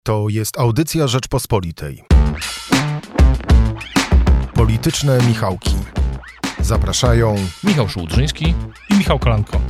To jest audycja Rzeczpospolitej. Polityczne Michałki. Zapraszają Michał Szułdrzyński i Michał Kolanko.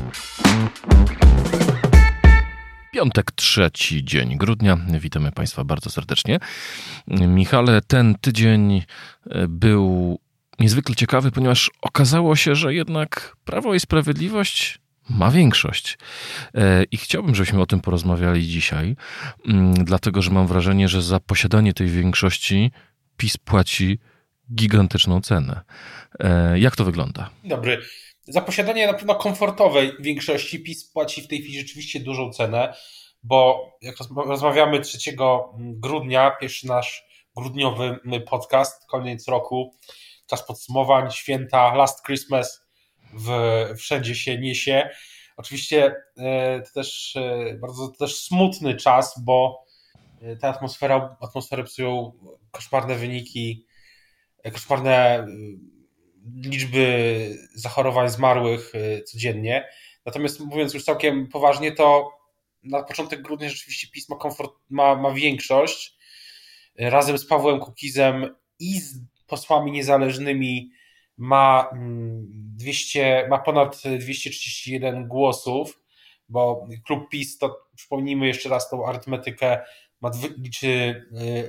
Piątek, 3 dzień grudnia. Witamy Państwa bardzo serdecznie. Michale, ten tydzień był niezwykle ciekawy, ponieważ okazało się, że jednak Prawo i Sprawiedliwość ma większość. I chciałbym, żebyśmy o tym porozmawiali dzisiaj, dlatego że mam wrażenie, że za posiadanie tej większości PiS płaci gigantyczną cenę. Jak to wygląda? Dobry. Za posiadanie na pewno komfortowej większości PiS płaci w tej chwili rzeczywiście dużą cenę, bo jak rozmawiamy 3 grudnia, pierwszy nasz grudniowy podcast, koniec roku, czas podsumowań, święta, Last Christmas wszędzie się niesie. Oczywiście to też bardzo smutny czas, bo tę atmosferę psują koszmarne wyniki, koszmarne liczby zachorowań, zmarłych codziennie. Natomiast mówiąc już całkiem poważnie, to na początek grudnia rzeczywiście PiS ma większość. Razem z Pawłem Kukizem i z posłami niezależnymi ma ponad 231 głosów, bo klub PiS, to przypomnijmy jeszcze raz tą arytmetykę, liczy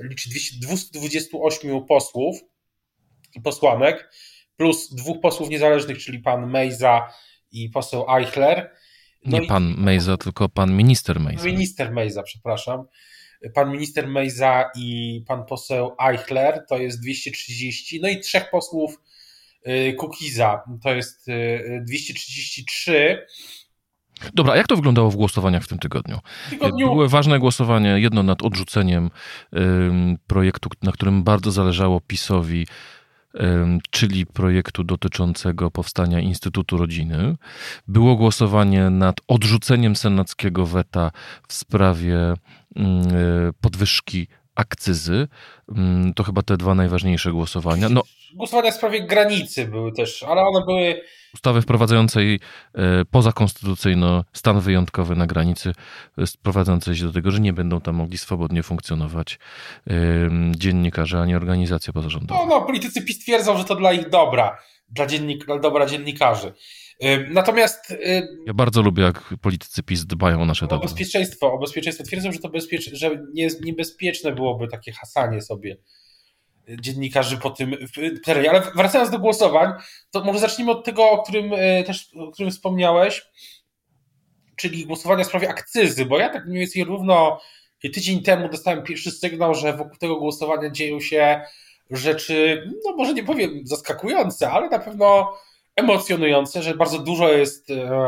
228 posłów i posłanek, plus 2 posłów niezależnych, czyli pan Mejza i poseł Eichler. Nie pan Mejza, tylko pan minister Mejza. Minister Mejza, przepraszam. Pan minister Mejza i pan poseł Eichler, to jest 230, no i 3 posłów Kukiza, to jest 233. Dobra, a jak to wyglądało w głosowaniach w tym tygodniu? Były ważne głosowania, jedno nad odrzuceniem projektu, na którym bardzo zależało PiS-owi, czyli projektu dotyczącego powstania Instytutu Rodziny. Było głosowanie nad odrzuceniem senackiego weta w sprawie podwyżki akcyzy. To chyba te 2 najważniejsze głosowania. Głosowania w sprawie granicy były też, ale one były... Ustawy wprowadzającej pozakonstytucyjno stan wyjątkowy na granicy, sprowadzającej się do tego, że nie będą tam mogli swobodnie funkcjonować dziennikarze ani organizacje pozarządowe. No, politycy PiS twierdzą, że to dla ich dobra, dla dobra dziennikarzy. Natomiast... Ja bardzo lubię, jak politycy PiS dbają o nasze dobro. O bezpieczeństwo. Twierdzą, że że niebezpieczne byłoby takie hasanie sobie dziennikarzy po tym terenie. Ale wracając do głosowań, to może zacznijmy od tego, o którym wspomniałeś, czyli głosowania w sprawie akcyzy, bo ja tak mniej więcej równo tydzień temu dostałem pierwszy sygnał, że wokół tego głosowania dzieją się rzeczy, no może nie powiem zaskakujące, ale na pewno emocjonujące, że bardzo dużo jest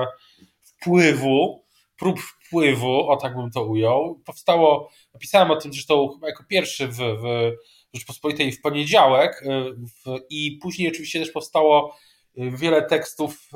prób wpływu, o tak bym to ujął. Napisałem o tym zresztą chyba jako pierwszy w Rzeczpospolitej w poniedziałek i później oczywiście też powstało wiele tekstów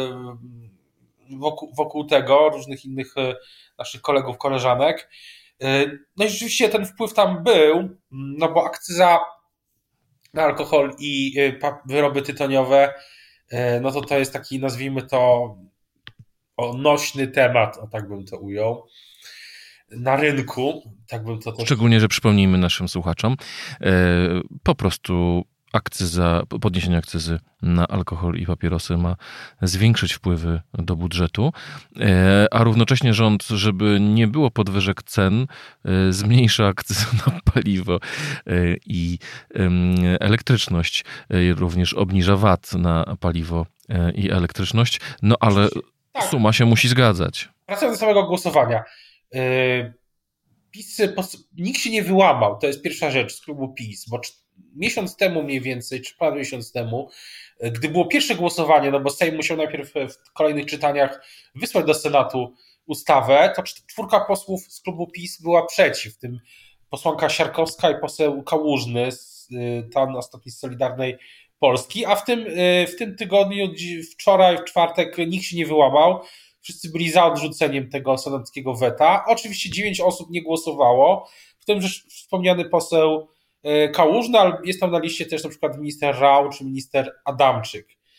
wokół tego, różnych innych naszych kolegów, koleżanek. No i rzeczywiście ten wpływ tam był, no bo akcyza na alkohol i wyroby tytoniowe, no to jest taki, nazwijmy to, nośny temat, o tak bym to ujął, na rynku, tak bym to też... Szczególnie, że przypomnijmy naszym słuchaczom, po prostu podniesienie akcyzy na alkohol i papierosy ma zwiększyć wpływy do budżetu, a równocześnie rząd, żeby nie było podwyżek cen, zmniejsza akcyzę na paliwo i elektryczność, również obniża VAT na paliwo i elektryczność, no ale suma się musi zgadzać. Wracając do samego głosowania. Nikt się nie wyłamał, to jest pierwsza rzecz z klubu PiS, bo miesiąc temu mniej więcej, czy ponad miesiąc temu, gdy było pierwsze głosowanie, no bo Sejm musiał najpierw w kolejnych czytaniach wysłać do Senatu ustawę, to 4 posłów z klubu PiS była przeciw, w tym posłanka Siarkowska i poseł Kałużny, ten ostatni z Solidarnej Polski, a w tym tygodniu, wczoraj, w czwartek, nikt się nie wyłamał. Wszyscy byli za odrzuceniem tego senackiego weta. Oczywiście 9 osób nie głosowało, w tym że wspomniany poseł Kałużny, ale jest tam na liście też na przykład minister Rau czy minister Adamczyk.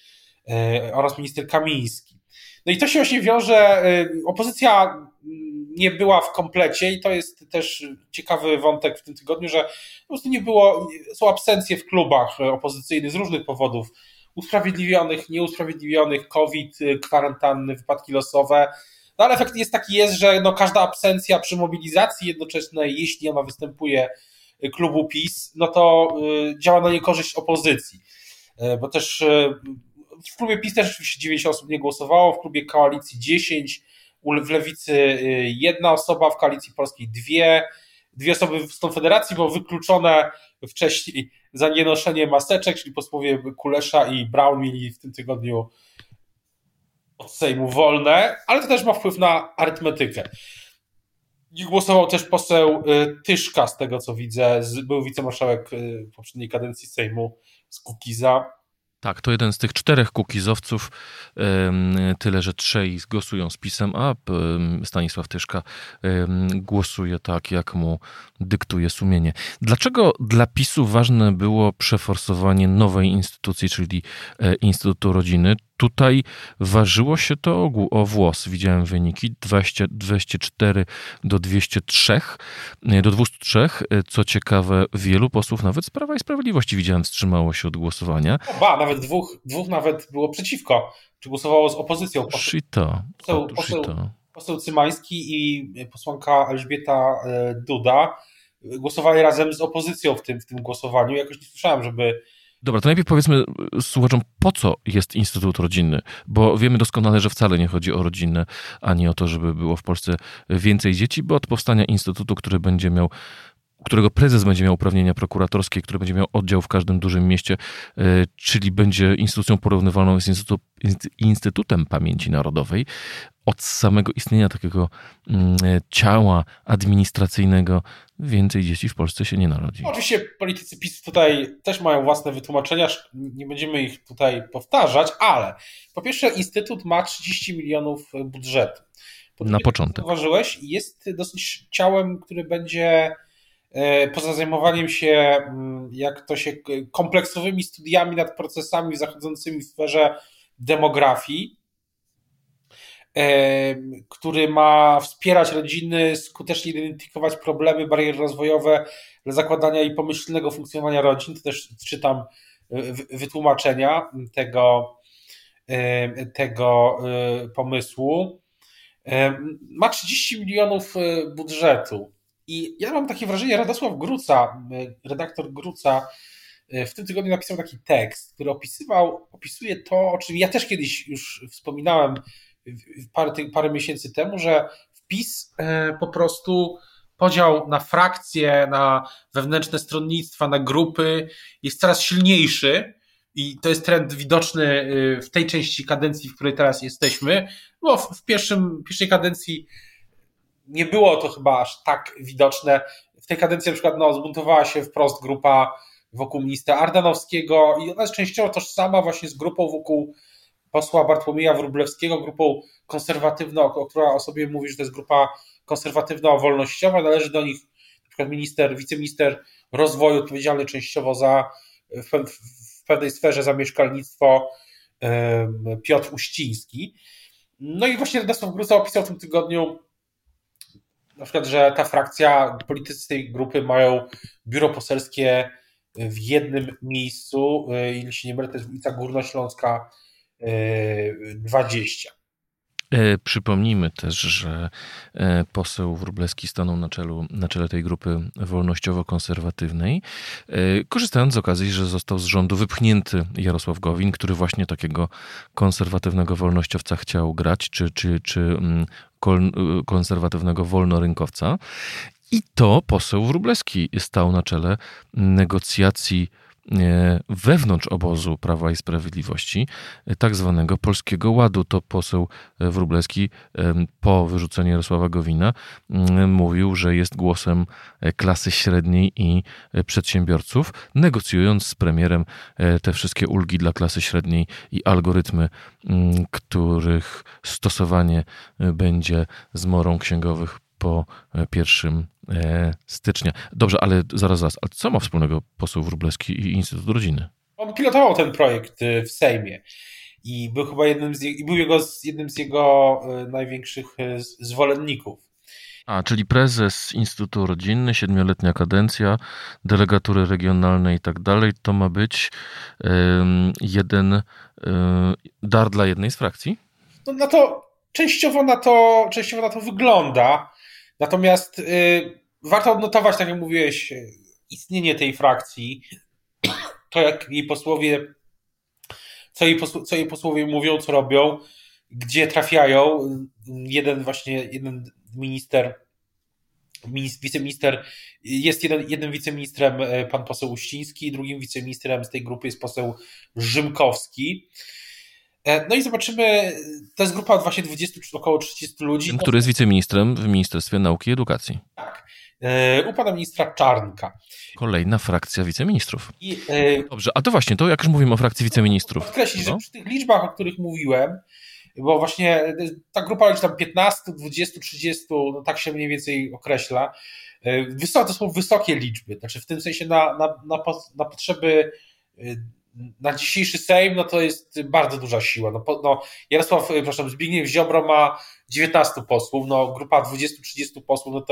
oraz minister Kamiński. No i to się właśnie wiąże, opozycja nie była w komplecie i to jest też ciekawy wątek w tym tygodniu, że po prostu nie było, są absencje w klubach opozycyjnych z różnych powodów, usprawiedliwionych, nieusprawiedliwionych, COVID, kwarantanny, wypadki losowe, no ale efekt jest taki, że no każda absencja przy mobilizacji jednoczesnej, jeśli ona występuje, klubu PiS, no to działa na niekorzyść opozycji, bo też w klubie PiS też oczywiście 9 osób nie głosowało, w klubie Koalicji 10, w Lewicy 1 osoba, w Koalicji Polskiej 2 osoby z Konfederacji, było wykluczone wcześniej za nienoszenie maseczek, czyli posłowie Kulesza i Braun mieli w tym tygodniu od Sejmu wolne, ale to też ma wpływ na arytmetykę. I głosował też poseł Tyszka, z tego co widzę, był wicemarszałek poprzedniej kadencji Sejmu z Kukiza. Tak, to jeden z tych 4 kukizowców, tyle że 3 głosują z PiS-em, a Stanisław Tyszka głosuje tak, jak mu dyktuje sumienie. Dlaczego dla PiS-u ważne było przeforsowanie nowej instytucji, czyli Instytutu Rodziny? Tutaj ważyło się to o włos. Widziałem wyniki 204 do 203, do 203. Co ciekawe, wielu posłów, nawet z Prawa i Sprawiedliwości, widziałem, wstrzymało się od głosowania. Nawet dwóch nawet było przeciwko, czy głosowało z opozycją. Poseł Cymański i posłanka Elżbieta Duda głosowali razem z opozycją w tym głosowaniu. Jakoś nie słyszałem, żeby... Dobra, to najpierw powiedzmy słuchaczom, po co jest Instytut Rodziny, bo wiemy doskonale, że wcale nie chodzi o rodzinę, ani o to, żeby było w Polsce więcej dzieci, bo od powstania Instytutu, którego prezes będzie miał uprawnienia prokuratorskie, który będzie miał oddział w każdym dużym mieście, czyli będzie instytucją porównywalną z Instytutem Pamięci Narodowej. Od samego istnienia takiego ciała administracyjnego więcej dzieci w Polsce się nie narodzi. Oczywiście politycy PiS tutaj też mają własne wytłumaczenia, nie będziemy ich tutaj powtarzać, ale po pierwsze Instytut ma 30 milionów budżetu. Na początek. Zauważyłeś, jest dosyć ciałem, który będzie poza zajmowaniem się, kompleksowymi studiami nad procesami zachodzącymi w sferze demografii, który ma wspierać rodziny, skutecznie identyfikować problemy, bariery rozwojowe dla zakładania i pomyślnego funkcjonowania rodzin. To też czytam wytłumaczenia tego pomysłu. Ma 30 milionów budżetu. I ja mam takie wrażenie, Radosław Gruca, redaktor Gruca, w tym tygodniu napisał taki tekst, który opisuje to, o czym ja też kiedyś już wspominałem parę miesięcy temu, że wpis po prostu podział na frakcje, na wewnętrzne stronnictwa, na grupy jest coraz silniejszy i to jest trend widoczny w tej części kadencji, w której teraz jesteśmy, bo w pierwszej kadencji nie było to chyba aż tak widoczne. W tej kadencji na przykład zbuntowała się wprost grupa wokół ministra Ardanowskiego i ona jest częściowo tożsama właśnie z grupą wokół posła Bartłomieja Wróblewskiego, grupą konserwatywną, która o sobie mówi, że to jest grupa konserwatywno-wolnościowa, należy do nich na przykład wiceminister rozwoju odpowiedzialny częściowo w pewnej sferze za mieszkalnictwo Piotr Uściński. No i właśnie Radosław Gruca opisał w tym tygodniu na przykład, że ta frakcja, politycy tej grupy mają biuro poselskie w jednym miejscu, jeśli się nie mylę, to jest ulica Górnośląska 20. Przypomnijmy też, że poseł Wróblewski stanął na czele tej grupy wolnościowo-konserwatywnej, korzystając z okazji, że został z rządu wypchnięty Jarosław Gowin, który właśnie takiego konserwatywnego wolnościowca chciał grać, czy konserwatywnego wolnorynkowca. I to poseł Wróblewski stał na czele negocjacji wewnątrz obozu Prawa i Sprawiedliwości, tak zwanego Polskiego Ładu. To poseł Wróblewski po wyrzuceniu Jarosława Gowina mówił, że jest głosem klasy średniej i przedsiębiorców, negocjując z premierem te wszystkie ulgi dla klasy średniej i algorytmy, których stosowanie będzie zmorą księgowych po 1 stycznia. Dobrze, ale zaraz. A co ma wspólnego poseł Wróblewski i Instytut Rodziny? On pilotował ten projekt w Sejmie i był chyba jednym z jego największych zwolenników. Czyli prezes Instytutu Rodziny, 7-letnia kadencja, delegatury regionalne i tak dalej, to ma być jeden dar dla jednej z frakcji? No częściowo na to wygląda. Natomiast warto odnotować, tak jak mówiłeś, istnienie tej frakcji, to jak jej posłowie, co jej posłowie mówią, co robią, gdzie trafiają. Jeden wiceminister, jest jednym wiceministrem pan poseł Uściński, drugim wiceministrem z tej grupy jest poseł Rzymkowski. No i zobaczymy, to jest grupa właśnie około 30 ludzi. Ten, który jest wiceministrem w Ministerstwie Nauki i Edukacji. Tak. U pana ministra Czarnka. Kolejna frakcja wiceministrów. Dobrze, a to właśnie, to jak już mówimy o frakcji wiceministrów. Podkreślić, że przy tych liczbach, o których mówiłem, bo właśnie ta grupa liczy tam 15, 20, 30, no tak się mniej więcej określa. To są wysokie liczby, znaczy w tym sensie na potrzeby na dzisiejszy Sejm, no to jest bardzo duża siła. Zbigniew Ziobro ma 19 posłów, no grupa 20-30 posłów, no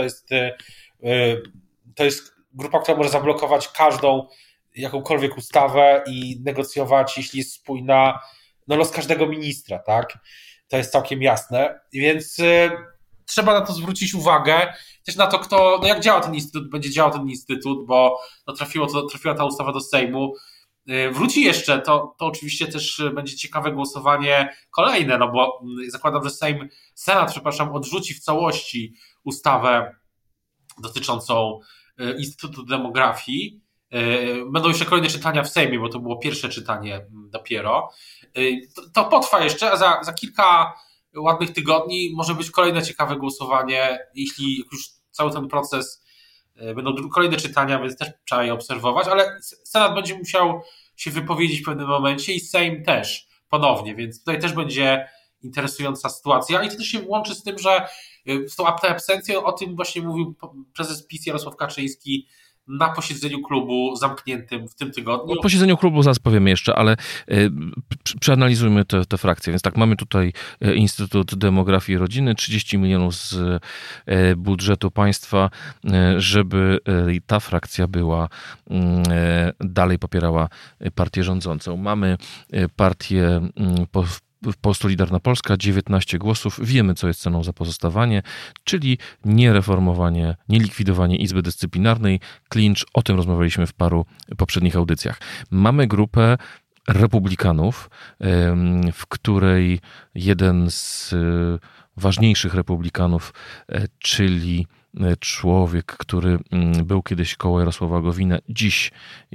to jest grupa, która może zablokować każdą jakąkolwiek ustawę i negocjować, jeśli jest spójna, los każdego ministra, tak? To jest całkiem jasne, więc trzeba na to zwrócić uwagę, też na to, jak działa ten instytut, będzie działał ten instytut, bo trafiła ta ustawa do Sejmu. Wróci jeszcze, to oczywiście też będzie ciekawe głosowanie kolejne, no bo zakładam, że Senat odrzuci w całości ustawę dotyczącą Instytutu Demografii. Będą jeszcze kolejne czytania w Sejmie, bo to było pierwsze czytanie dopiero. To potrwa jeszcze, a za kilka ładnych tygodni może być kolejne ciekawe głosowanie, jeśli już cały ten proces, będą kolejne czytania, więc też trzeba je obserwować, ale Senat będzie musiał się wypowiedzieć w pewnym momencie i Sejm też ponownie, więc tutaj też będzie interesująca sytuacja i to też się łączy z tym, że z tą absencją, o tym właśnie mówił prezes PiS Jarosław Kaczyński na posiedzeniu klubu zamkniętym w tym tygodniu. O posiedzeniu klubu zaraz powiemy jeszcze, ale przeanalizujmy te frakcje. Więc tak, mamy tutaj Instytut Demografii i Rodziny, 30 milionów z budżetu państwa, żeby ta frakcja była dalej popierała partię rządzącą. Mamy partię Solidarna Polska, 19 głosów. Wiemy, co jest ceną za pozostawanie, czyli niereformowanie, nielikwidowanie Izby Dyscyplinarnej. Klincz, o tym rozmawialiśmy w paru poprzednich audycjach. Mamy grupę republikanów, w której jeden z ważniejszych republikanów, czyli człowiek, który był kiedyś koło Jarosława Gowina, dziś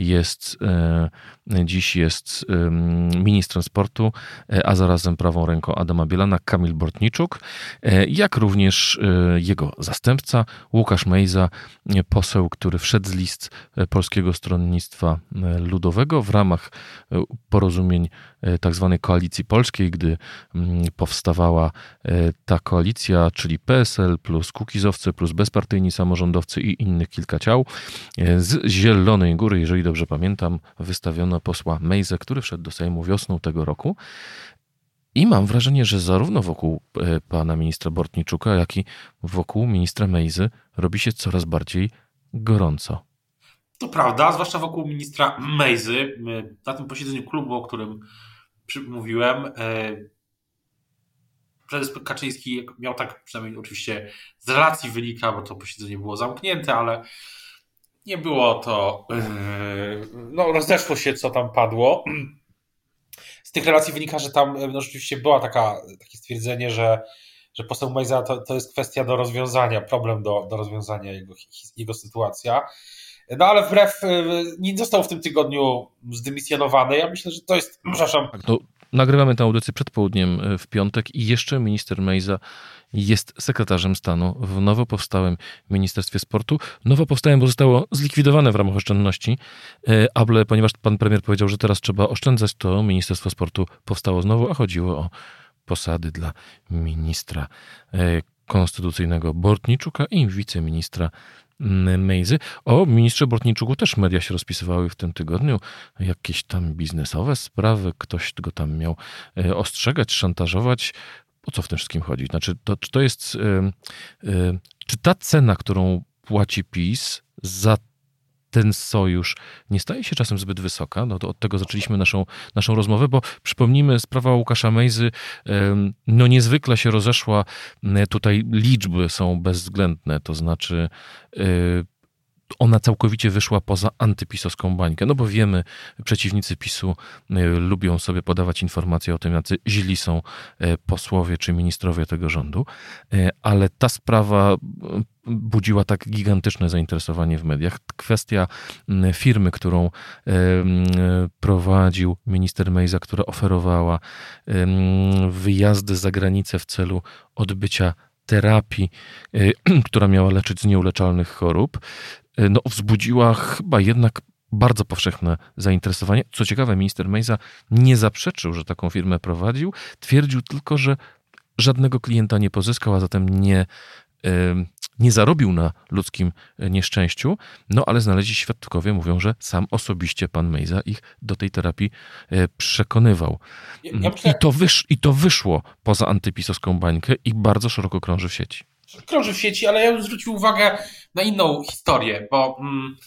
jest ministrem sportu, a zarazem prawą ręką Adama Bielana, Kamil Bortniczuk, jak również jego zastępca Łukasz Mejza, poseł, który wszedł z list Polskiego Stronnictwa Ludowego w ramach porozumień tzw. Koalicji Polskiej, gdy powstawała ta koalicja, czyli PSL plus Kukizowcy plus bezpartyjni samorządowcy i innych kilka ciał. Z Zielonej Góry, jeżeli dobrze pamiętam, wystawiono posła Mejzę, który wszedł do Sejmu wiosną tego roku. I mam wrażenie, że zarówno wokół pana ministra Bortniczuka, jak i wokół ministra Mejzy robi się coraz bardziej gorąco. To prawda, zwłaszcza wokół ministra Mejzy. Na tym posiedzeniu klubu, o którym mówiłem, prezes Kaczyński miał tak, przynajmniej oczywiście z relacji wynika, bo to posiedzenie było zamknięte, ale nie było to, rozeszło się, co tam padło. Z tych relacji wynika, że tam rzeczywiście było takie stwierdzenie, że poseł Mejza to jest kwestia do rozwiązania, problem do rozwiązania jego sytuacja. No ale nie został w tym tygodniu zdymisjonowany. Ja myślę, że to jest, Tak, nagrywamy tę audycję przed południem w piątek i jeszcze minister Mejza jest sekretarzem stanu w nowo powstałym Ministerstwie Sportu. Nowo powstałym, bo zostało zlikwidowane w ramach oszczędności, ale ponieważ pan premier powiedział, że teraz trzeba oszczędzać, to Ministerstwo Sportu powstało znowu, a chodziło o posady dla ministra konstytucyjnego Bortniczuka i wiceministra Mejzy. O ministrze Bortniczuku też media się rozpisywały w tym tygodniu. Jakieś tam biznesowe sprawy, ktoś go tam miał ostrzegać, szantażować. O co w tym wszystkim chodzi? Znaczy, czy to jest... Czy ta cena, którą płaci PiS za ten sojusz nie staje się czasem zbyt wysoka? No to od tego zaczęliśmy naszą rozmowę, bo przypomnijmy, sprawa Łukasza Mejzy no niezwykle się rozeszła. Tutaj liczby są bezwzględne, to znaczy ona całkowicie wyszła poza antypisowską bańkę, no bo wiemy, przeciwnicy PiS-u lubią sobie podawać informacje o tym, jacy źli są posłowie czy ministrowie tego rządu, ale ta sprawa budziła tak gigantyczne zainteresowanie w mediach. Kwestia firmy, którą prowadził minister Mejza, która oferowała wyjazdy za granicę w celu odbycia terapii, która miała leczyć z nieuleczalnych chorób, no wzbudziła chyba jednak bardzo powszechne zainteresowanie. Co ciekawe, minister Mejza nie zaprzeczył, że taką firmę prowadził, twierdził tylko, że żadnego klienta nie pozyskał, a zatem nie zarobił na ludzkim nieszczęściu, no ale znaleźli świadkowie, mówią, że sam osobiście pan Mejza ich do tej terapii przekonywał. I to wyszło poza antypisowską bańkę i bardzo szeroko krąży w sieci. Krąży w sieci, ale ja bym zwrócił uwagę na inną historię, bo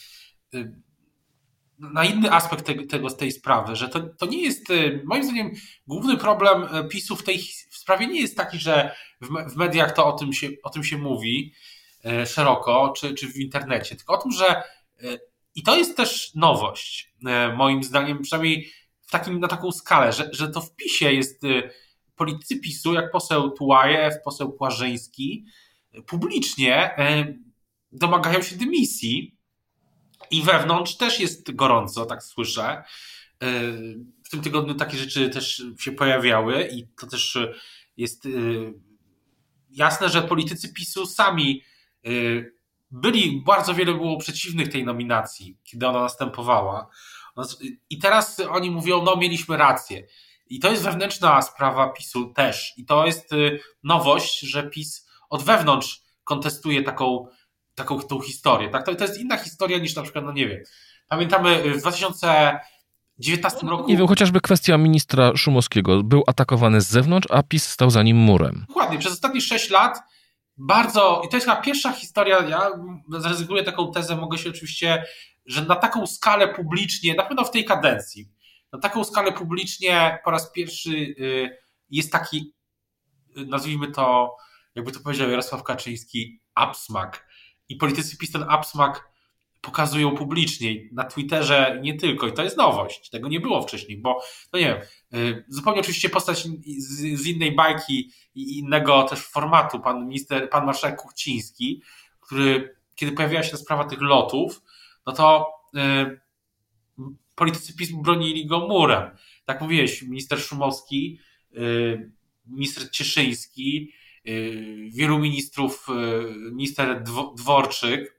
na inny aspekt tej sprawy, że to nie jest, moim zdaniem, główny problem PiS-u w tej sprawie nie jest taki, że w mediach to o tym się mówi szeroko, czy w internecie, tylko o tym, że i to jest też nowość, moim zdaniem, przynajmniej na taką skalę, że to w PiS-ie jest politycy PiS-u, jak poseł Tułajew, poseł Płażyński, publicznie domagają się dymisji i wewnątrz też jest gorąco, tak słyszę. W tym tygodniu takie rzeczy też się pojawiały i to też jest jasne, że politycy PiS-u sami bardzo wiele było przeciwnych tej nominacji, kiedy ona następowała. I teraz oni mówią, no mieliśmy rację. I to jest wewnętrzna sprawa PiS-u też. I to jest nowość, że PiS od wewnątrz kontestuje tą historię. Tak? To jest inna historia niż na przykład, no nie wiem, pamiętamy w 2019 roku... Nie wiem, chociażby kwestia ministra Szumowskiego. Był atakowany z zewnątrz, a PiS stał za nim murem. Dokładnie. Przez ostatnie 6 lat bardzo... I to jest chyba pierwsza historia, ja zaryzykuję taką tezę, mogę się oczywiście, że na taką skalę publicznie, na pewno w tej kadencji, na taką skalę publicznie po raz pierwszy jest taki, nazwijmy to, jakby to powiedział Jarosław Kaczyński, absmak. I politycy PiS ten absmak pokazują publicznie, na Twitterze nie tylko. I to jest nowość. Tego nie było wcześniej, bo, no nie wiem, zupełnie oczywiście postać z innej bajki i innego też formatu, pan marszałek Kuchciński, który, kiedy pojawiła się ta sprawa tych lotów, no to politycy PiS bronili go murem. Tak mówiłeś, minister Szumowski, minister Cieszyński, wielu ministrów, minister Dworczyk.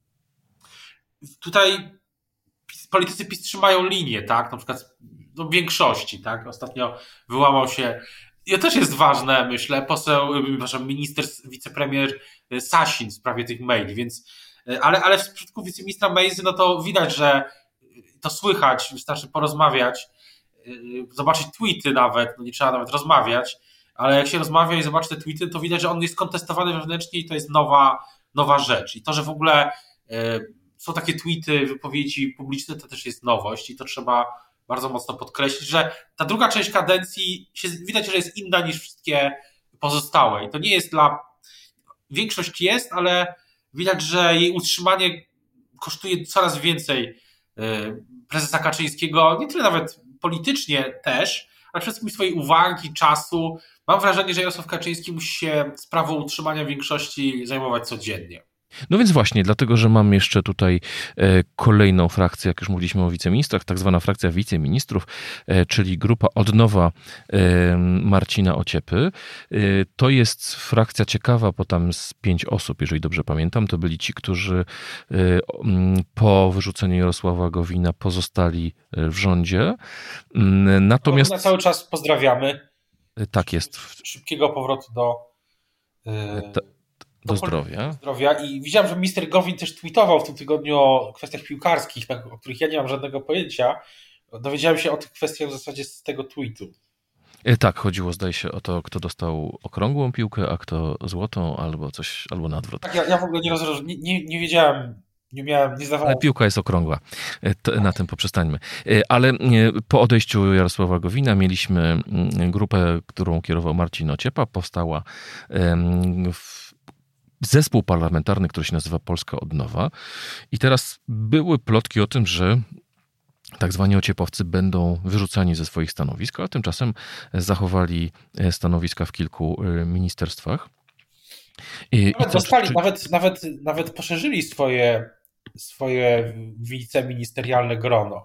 Tutaj politycy PiS trzymają linię, tak? Na przykład w większości, tak? Ostatnio wyłamał się, i to też jest ważne, myślę, minister, wicepremier Sasin w sprawie tych maili, więc, ale w przypadku wiceministra Mejzy, no to widać, że to słychać, wystarczy porozmawiać, zobaczyć tweety nawet, no nie trzeba nawet rozmawiać, ale jak się rozmawia i zobaczy te tweety, to widać, że on jest kontestowany wewnętrznie i to jest nowa rzecz. I to, że w ogóle są takie tweety, wypowiedzi publiczne, to też jest nowość i to trzeba bardzo mocno podkreślić, że ta druga część kadencji widać, że jest inna niż wszystkie pozostałe. I to nie jest większość jest, ale widać, że jej utrzymanie kosztuje coraz więcej prezesa Kaczyńskiego, nie tyle nawet politycznie też, ale przede wszystkim swojej uwagi, czasu. Mam wrażenie, że Jarosław Kaczyński musi się sprawą utrzymania większości zajmować codziennie. No więc właśnie, dlatego, że mam jeszcze tutaj kolejną frakcję, jak już mówiliśmy o wiceministrach, tak zwana frakcja wiceministrów, czyli grupa Odnowa Marcina Ociepy. To jest frakcja ciekawa, bo tam z 5 osób, jeżeli dobrze pamiętam, to byli ci, którzy po wyrzuceniu Jarosława Gowina pozostali w rządzie. Natomiast... Na cały czas pozdrawiamy. Tak jest. Szybkiego powrotu do... Do zdrowia. Zdrowia. I widziałem, że minister Gowin też tweetował w tym tygodniu o kwestiach piłkarskich, o których ja nie mam żadnego pojęcia. Dowiedziałem się o tych kwestiach w zasadzie z tego tweetu. Tak, chodziło zdaje się o to, kto dostał okrągłą piłkę, a kto złotą, albo coś, albo na odwrót. Tak, ja w ogóle nie wiedziałem, nie zdawałem. Ale piłka jest okrągła. Na tym poprzestańmy. Ale po odejściu Jarosława Gowina mieliśmy grupę, którą kierował Marcin Ociepa. Powstała zespół parlamentarny, który się nazywa Polska od nowa. I teraz były plotki o tym, że tak zwani ociepowcy będą wyrzucani ze swoich stanowisk, a tymczasem zachowali stanowiska w kilku ministerstwach. Nawet poszerzyli swoje wiceministerialne grono.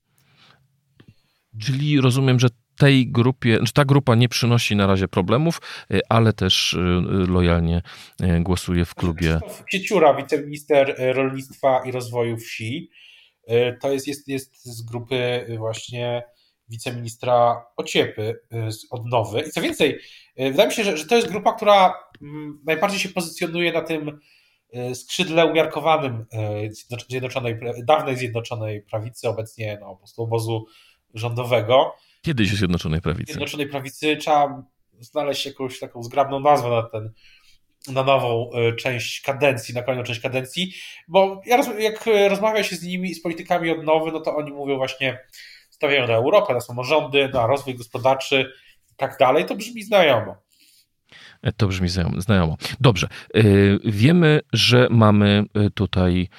Czyli rozumiem, że ta grupa nie przynosi na razie problemów, ale też lojalnie głosuje w klubie. Cieciura, wiceminister rolnictwa i rozwoju wsi, to jest z grupy właśnie wiceministra Ociepy z Odnowy. I co więcej, wydaje mi się, że to jest grupa, która najbardziej się pozycjonuje na tym skrzydle umiarkowanym dawnej Zjednoczonej Prawicy, obecnie po prostu obozu rządowego. Kiedyś Zjednoczonej Prawicy. Zjednoczonej Prawicy trzeba znaleźć jakąś taką zgrabną nazwę na nową część kadencji, na kolejną część kadencji, bo jak rozmawia się z nimi, z politykami Odnowy, no to oni mówią właśnie, stawiają na Europę, na samorządy, na rozwój gospodarczy i tak dalej. To brzmi znajomo. To brzmi znajomo. Dobrze. Wiemy, że mamy tutaj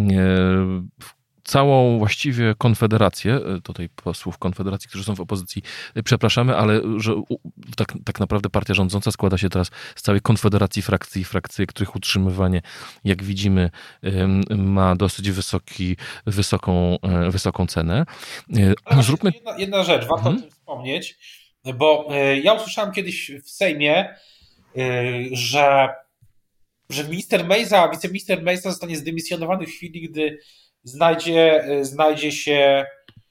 całą właściwie konfederację, tutaj posłów Konfederacji, którzy są w opozycji, przepraszamy, ale że tak naprawdę partia rządząca składa się teraz z całej konfederacji frakcji, których utrzymywanie, jak widzimy, ma dosyć wysoką cenę. Ale zróbmy... jedna rzecz, warto o tym wspomnieć, bo ja usłyszałem kiedyś w Sejmie, że wiceminister Mejza zostanie zdymisjonowany w chwili, gdy znajdzie się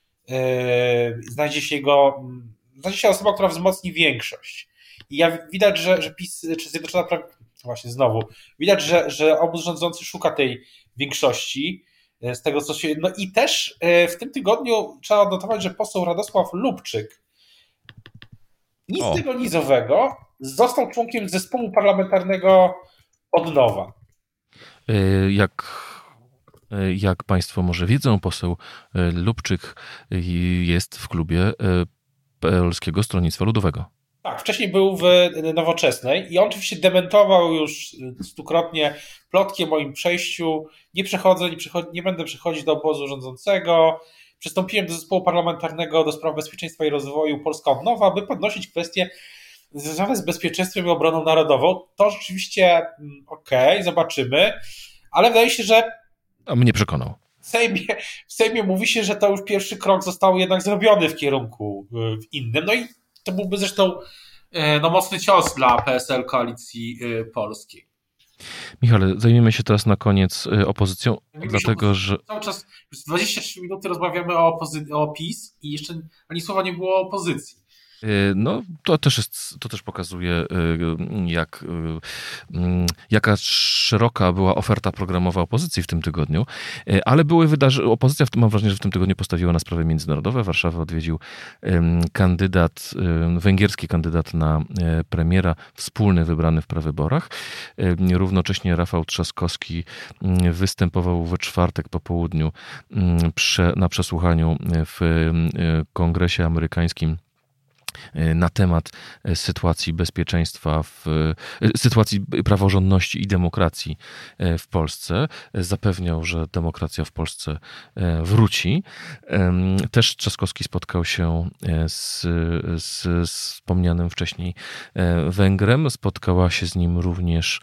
osoba, która wzmocni większość. I widać, że PiS, czy Zjednoczona Prawica, właśnie znowu, widać, że obóz rządzący szuka tej większości, z tego co się... No i też w tym tygodniu trzeba odnotować, że poseł Radosław Lubczyk, nic z tego nizowego, został członkiem zespołu parlamentarnego Odnowa. Jak Państwo może wiedzą, poseł Lubczyk jest w klubie Polskiego Stronnictwa Ludowego. Tak, wcześniej był w Nowoczesnej i on oczywiście dementował już stukrotnie plotki o moim przejściu. Nie będę przechodzić do obozu rządzącego. Przystąpiłem do zespołu parlamentarnego do spraw bezpieczeństwa i rozwoju Polska od nowa, by podnosić kwestie związane z bezpieczeństwem i obroną narodową. To rzeczywiście okej, zobaczymy, ale wydaje się, że a mnie przekonał. W Sejmie mówi się, że to już pierwszy krok został jednak zrobiony w kierunku innym. No i to byłby zresztą mocny cios dla PSL Koalicji Polskiej. Michale, zajmiemy się teraz na koniec opozycją, dlatego że... Cały czas, już 23 minuty rozmawiamy o PiS i jeszcze ani słowa nie było o opozycji. No, to też pokazuje, jaka szeroka była oferta programowa opozycji w tym tygodniu, ale opozycja, mam wrażenie, że w tym tygodniu postawiła na sprawy międzynarodowe. Warszawę odwiedził węgierski kandydat na premiera, wspólny wybrany w prawyborach. Równocześnie Rafał Trzaskowski występował we czwartek po południu na przesłuchaniu w Kongresie amerykańskim na temat sytuacji bezpieczeństwa, sytuacji praworządności i demokracji w Polsce. Zapewniał, że demokracja w Polsce wróci. Też Trzaskowski spotkał się z wspomnianym wcześniej Węgrem. Spotkała się z nim również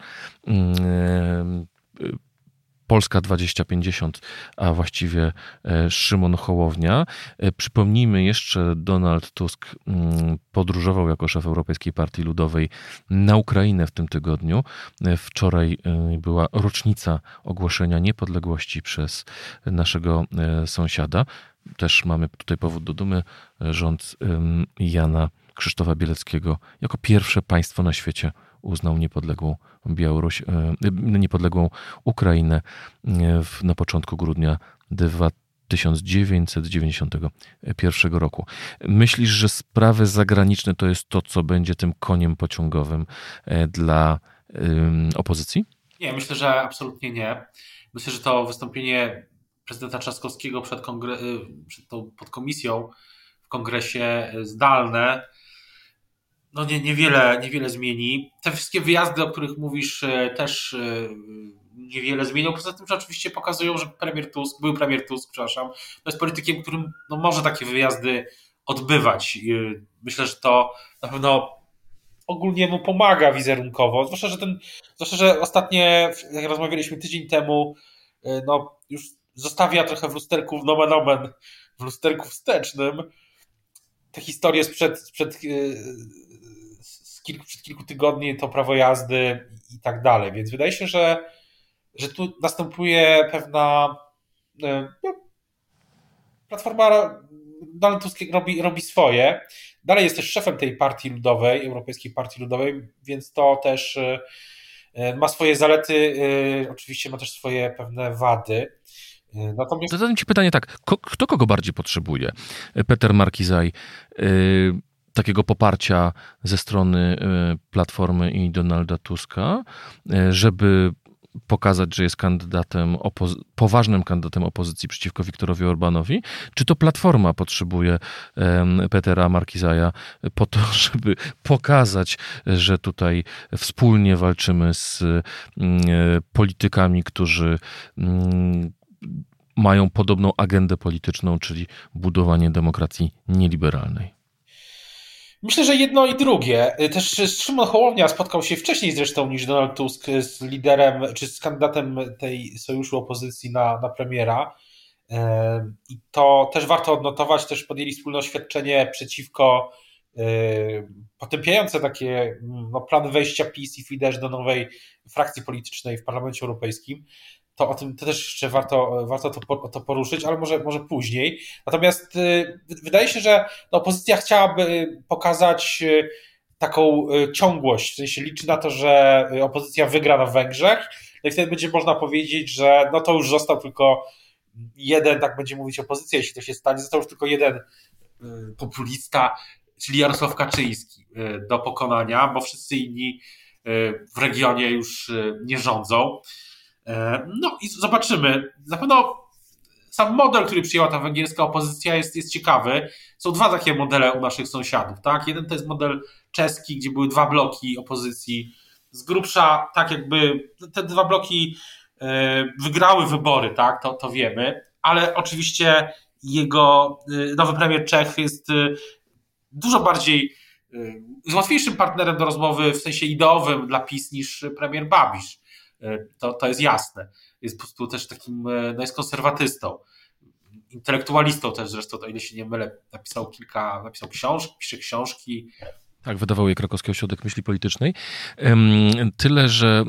Polska 2050, a właściwie Szymon Hołownia. Przypomnijmy jeszcze, Donald Tusk podróżował jako szef Europejskiej Partii Ludowej na Ukrainę w tym tygodniu. Wczoraj była rocznica ogłoszenia niepodległości przez naszego sąsiada. Też mamy tutaj powód do dumy. Rząd Jana Krzysztofa Bieleckiego jako pierwsze państwo na świecie uznał niepodległą Ukrainę na początku grudnia 1991 roku. Myślisz, że sprawy zagraniczne to jest to, co będzie tym koniem pociągowym dla opozycji? Nie, myślę, że absolutnie nie. Myślę, że to wystąpienie prezydenta Trzaskowskiego przed tą podkomisją w kongresie zdalne niewiele zmieni. Te wszystkie wyjazdy, o których mówisz, też niewiele zmienią. Poza tym, że oczywiście pokazują, że były premier Tusk, to jest politykiem, którym może takie wyjazdy odbywać. Myślę, że to na pewno ogólnie mu pomaga wizerunkowo. Zwłaszcza, że ostatnie, jak rozmawialiśmy tydzień temu, już zostawia trochę w lusterku, nomen omen, w lusterku wstecznym te historie sprzed kilku tygodni, to prawo jazdy i tak dalej. Więc wydaje się, że tu następuje pewna Platforma, Donald Tusk robi swoje. Dalej jest też szefem tej partii ludowej, Europejskiej Partii Ludowej, więc to też ma swoje zalety, oczywiście ma też swoje pewne wady. Natomiast... Zadam ci pytanie tak, kto kogo bardziej potrzebuje? Peter Markizaj, takiego poparcia ze strony Platformy i Donalda Tuska, żeby pokazać, że jest poważnym kandydatem opozycji przeciwko Viktorowi Orbánowi? Czy to Platforma potrzebuje Petera Markizaja po to, żeby pokazać, że tutaj wspólnie walczymy z politykami, którzy mają podobną agendę polityczną, czyli budowanie demokracji nieliberalnej? Myślę, że jedno i drugie. Też Szymon Hołownia spotkał się wcześniej zresztą niż Donald Tusk z liderem, czy z kandydatem tej sojuszu opozycji na premiera. I to też warto odnotować, też podjęli wspólne oświadczenie przeciwko potępiające takie plany wejścia PiS i Fidesz do nowej frakcji politycznej w Parlamencie Europejskim. To o tym to też jeszcze warto to poruszyć, ale może później. Natomiast wydaje się, że opozycja chciałaby pokazać taką ciągłość, w sensie liczy na to, że opozycja wygra na Węgrzech, no i wtedy będzie można powiedzieć, że to już został tylko jeden, tak będzie mówić opozycja, jeśli to się stanie, został już tylko jeden populista, czyli Jarosław Kaczyński do pokonania, bo wszyscy inni w regionie już nie rządzą. No i zobaczymy. Na pewno sam model, który przyjęła ta węgierska opozycja jest ciekawy. Są dwa takie modele u naszych sąsiadów. Tak? Jeden to jest model czeski, gdzie były dwa bloki opozycji. Z grubsza, tak jakby te dwa bloki wygrały wybory, tak? To wiemy, ale oczywiście jego nowy premier Czech jest dużo bardziej łatwiejszym partnerem do rozmowy w sensie ideowym dla PiS niż premier Babiš. To jest jasne. Jest po prostu też takim, jest konserwatystą, intelektualistą też zresztą, o ile się nie mylę, napisał książki, pisze książki. Tak, wydawał je Krakowski Ośrodek Myśli Politycznej. Tyle, że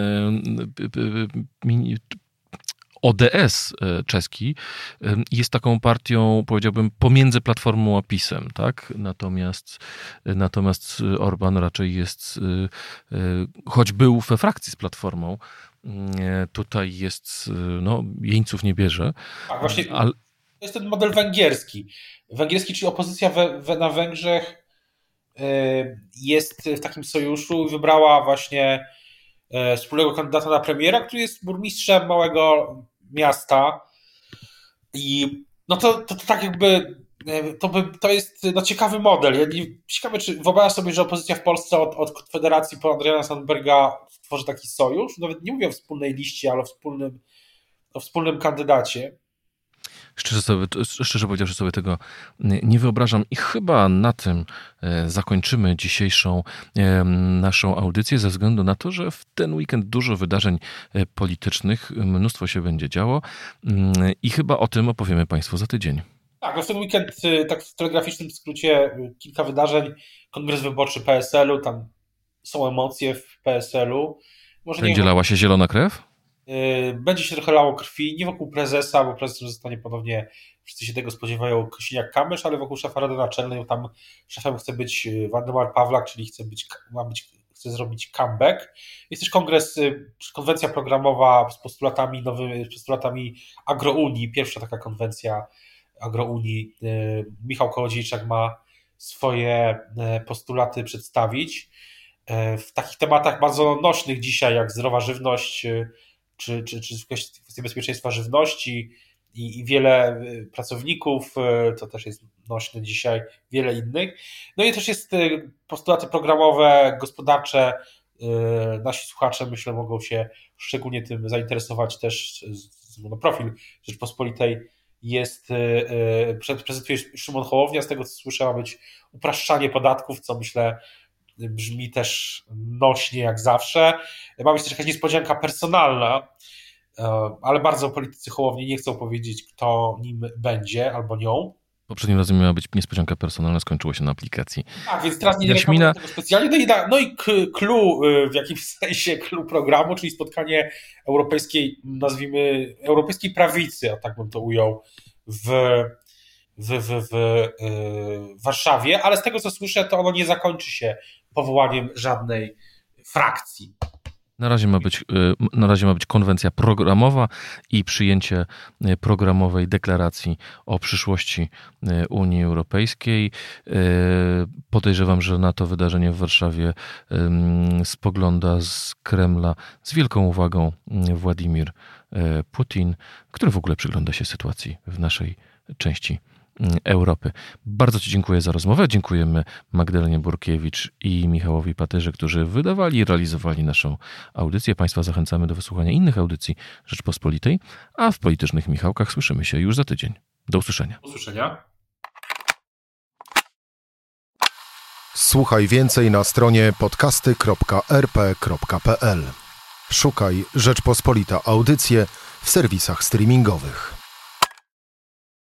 ODS czeski jest taką partią, powiedziałbym, pomiędzy Platformą a PiS-em, tak? Natomiast Orbán raczej jest, choć był we frakcji z Platformą, tutaj jest, jeńców nie bierze. Tak, właśnie to jest ten model węgierski. Węgierski, czyli opozycja na Węgrzech jest w takim sojuszu i wybrała właśnie wspólnego kandydata na premiera, który jest burmistrzem małego miasta i to tak jakby to jest ciekawy model. Ciekawe, czy wyobrażasz sobie, że opozycja w Polsce od Konfederacji po Adriana Sandberga tworzy taki sojusz? Nawet nie mówię o wspólnej liście, ale o wspólnym kandydacie. Szczerze powiedziawszy sobie tego nie wyobrażam i chyba na tym zakończymy dzisiejszą naszą audycję ze względu na to, że w ten weekend dużo wydarzeń politycznych, mnóstwo się będzie działo i chyba o tym opowiemy Państwu za tydzień. Tak, w ten weekend, tak w telegraficznym skrócie, kilka wydarzeń. Kongres wyborczy PSL-u, tam są emocje w PSL-u. Będzie lała się zielona krew? Będzie się trochę lało krwi, nie wokół prezesa, bo prezes zostanie ponownie, wszyscy się tego spodziewają, Kosiniak-Kamysz, ale wokół szefa Rady Naczelnej, tam szefem chce być Waldemar Pawlak, czyli chce chce zrobić comeback. Jest też konwencja programowa z postulatami nowymi, z postulatami Agrounii, pierwsza taka konwencja Agrounii. Michał Kołodziejczak ma swoje postulaty przedstawić w takich tematach bardzo nośnych dzisiaj, jak zdrowa żywność, czy kwestie bezpieczeństwa żywności i wiele pracowników, to też jest nośne dzisiaj, wiele innych. No i też jest postulaty programowe, gospodarcze. Nasi słuchacze, myślę, mogą się szczególnie tym zainteresować też. Profil Rzeczpospolitej prezentuje Szymon Hołownia, z tego co słyszę, ma być upraszczanie podatków, co myślę brzmi też nośnie jak zawsze. Ma być też jakaś niespodzianka personalna, ale bardzo politycy Hołowni nie chcą powiedzieć, kto nim będzie albo nią. Poprzednim razem miała być niespodzianka personalna, skończyło się na aplikacji. Tak, więc teraz nie reklamuję tego specjalnie. No i clue, w jakimś sensie clue programu, czyli spotkanie europejskiej prawicy, a tak bym to ujął, w Warszawie, ale z tego co słyszę, to ono nie zakończy się powołaniem żadnej frakcji. Na razie ma być konwencja programowa i przyjęcie programowej deklaracji o przyszłości Unii Europejskiej. Podejrzewam, że na to wydarzenie w Warszawie spogląda z Kremla z wielką uwagą Władimir Putin, który w ogóle przygląda się sytuacji w naszej części Europy. Bardzo Ci dziękuję za rozmowę. Dziękujemy Magdalenie Burkiewicz i Michałowi Patyrze, którzy wydawali i realizowali naszą audycję. Państwa zachęcamy do wysłuchania innych audycji Rzeczpospolitej, a w Politycznych Michałkach słyszymy się już za tydzień. Do usłyszenia. Do usłyszenia. Słuchaj więcej na stronie podcasty.rp.pl. Szukaj Rzeczpospolita Audycje w serwisach streamingowych.